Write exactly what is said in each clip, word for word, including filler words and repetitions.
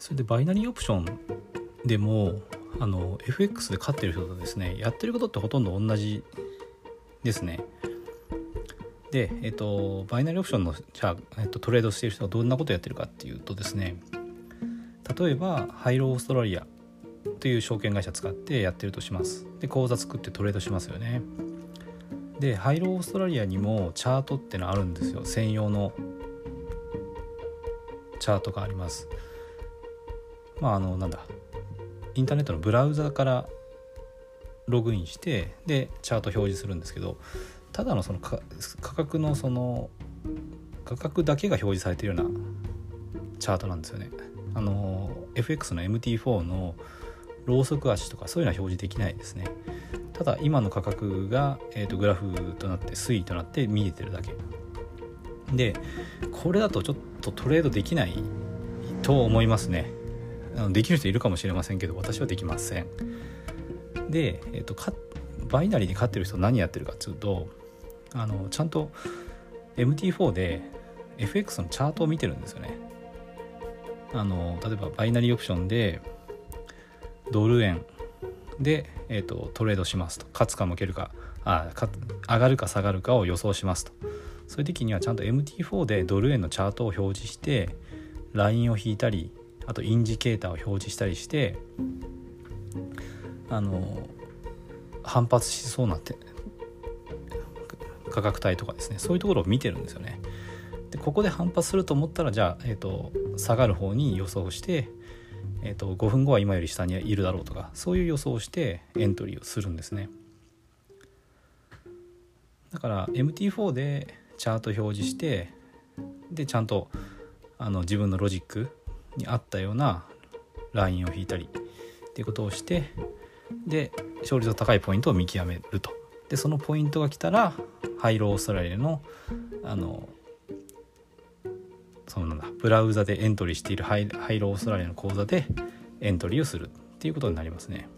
それでバイナリーオプションでもあの エフエックス で勝ってる人とですね、やってることってほとんど同じですね。で、えっと、バイナリーオプションのじゃあ、えっと、トレードしている人がどんなことをやってるかっていうとですね、例えばハイローオーストラリアという証券会社使ってやってるとします。で、口座作ってトレードしますよね。で、ハイローオーストラリアにもチャートってのあるんですよ。専用のチャートがあります。まああのなんだインターネットのブラウザからログインしてでチャート表示するんですけど、ただのその価格のその価格だけが表示されているようなチャートなんですよね。あの エフエックス の エムティーフォー のローソク足とかそういうのは表示できないですね。ただ今の価格が、えーと、グラフとなって推移となって見えてるだけで、これだとちょっとトレードできないと思いますね。できる人いるかもしれませんけど私はできません。で、えーと、かバイナリーに勝ってる人何やってるかっていうと、あのちゃんと エムティーフォー で エフエックス のチャートを見てるんですよね。あの例えばバイナリーオプションでドル円で、えーと、トレードしますと、勝つか負けるか、あか上がるか下がるかを予想しますと。そういう時にはちゃんと エムティーフォー でドル円のチャートを表示してラインを引いたり、あとインジケーターを表示したりして、あの反発しそうなって価格帯とかですね、そういうところを見てるんですよね。でここで反発すると思ったらじゃあ、えーと、下がる方に予想して、えーと、ごふんごは今より下にいるだろうとか、そういう予想をしてエントリーをするんですね。だから エムティーフォー でチャート表示して、でちゃんとあの自分のロジックに合ったようなラインを引いたりっていうことをして、で勝率の高いポイントを見極めると。でそのポイントが来たらハイローオーストラリアのあのそのなんだブラウザでエントリーしているハイ、ハイローオーストラリアの口座でエントリーをするっていうことになりますね。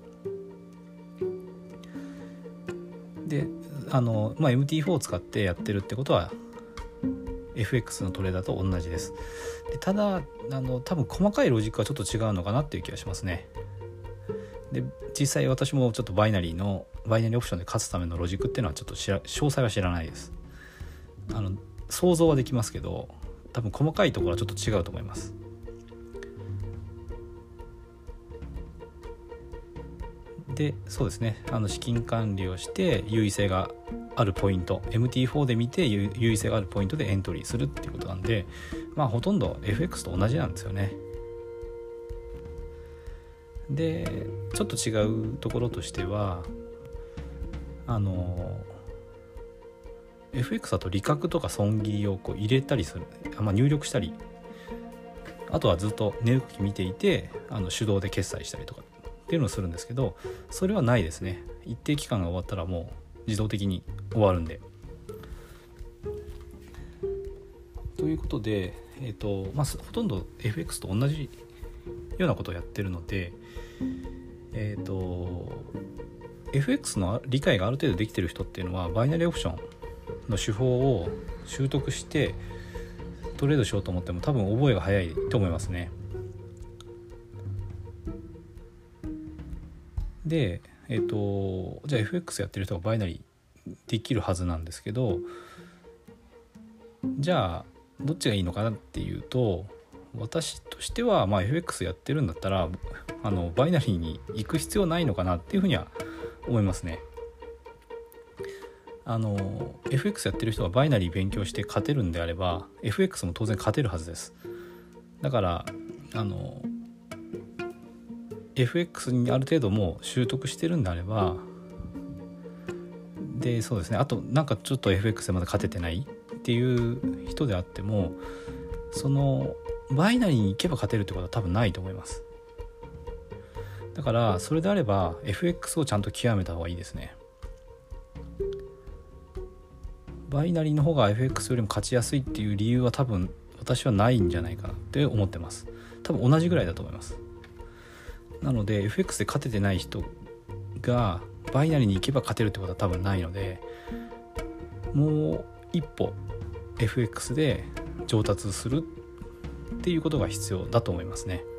であの、まあ、エムティーフォー を使ってやってるってことは エフエックス のトレーダーと同じです。でただあの多分細かいロジックはちょっと違うのかなっていう気がしますね。で実際私もちょっとバイナリーのバイナリーオプションで勝つためのロジックっていうのはちょっと知ら詳細は知らないです。あの想像はできますけど多分細かいところはちょっと違うと思います。でそうですね、あの資金管理をして優位性があるポイント エムティーフォー で見て優位性があるポイントでエントリーするっていうことなんで、まあほとんど エフエックス と同じなんですよね。でちょっと違うところとしてはあの エフエックス だと利確とか損切りをこう入れたりする、まあ、入力したり、あとはずっと値動き見ていてあの手動で決済したりとかっていうのをするんですけど、それはないですね。一定期間が終わったらもう自動的に終わるんで。ということで、えーとまあ、ほとんど エフエックス と同じようなことをやってるので、えーと エフエックス の理解がある程度できてる人っていうのはバイナリーオプションの手法を習得してトレードしようと思っても多分覚えが早いと思いますね。で、えーとじゃあ エフエックス やってる人がバイナリーできるはずなんですけど、じゃあどっちがいいのかなっていうと、私としては、まあ、エフエックス やってるんだったらあのバイナリーに行く必要ないのかなっていうふうには思いますね。あの エフエックス やってる人がバイナリー勉強して勝てるんであれば エフエックス も当然勝てるはずです。だからあの エフエックス にある程度もう習得してるんであれば、でそうですね、あとなんかちょっと エフエックス でまだ勝ててないっていう人であっても、そのバイナリーに行けば勝てるってことは多分ないと思います。だからそれであれば エフエックス をちゃんと極めた方がいいですね。バイナリーの方が エフエックス よりも勝ちやすいっていう理由は多分私はないんじゃないかなって思ってます。多分同じぐらいだと思います。なので エフエックス で勝ててない人がバイナリーに行けば勝てるってことは多分ないので、もう一歩 エフエックス で上達するっていうことが必要だと思いますね。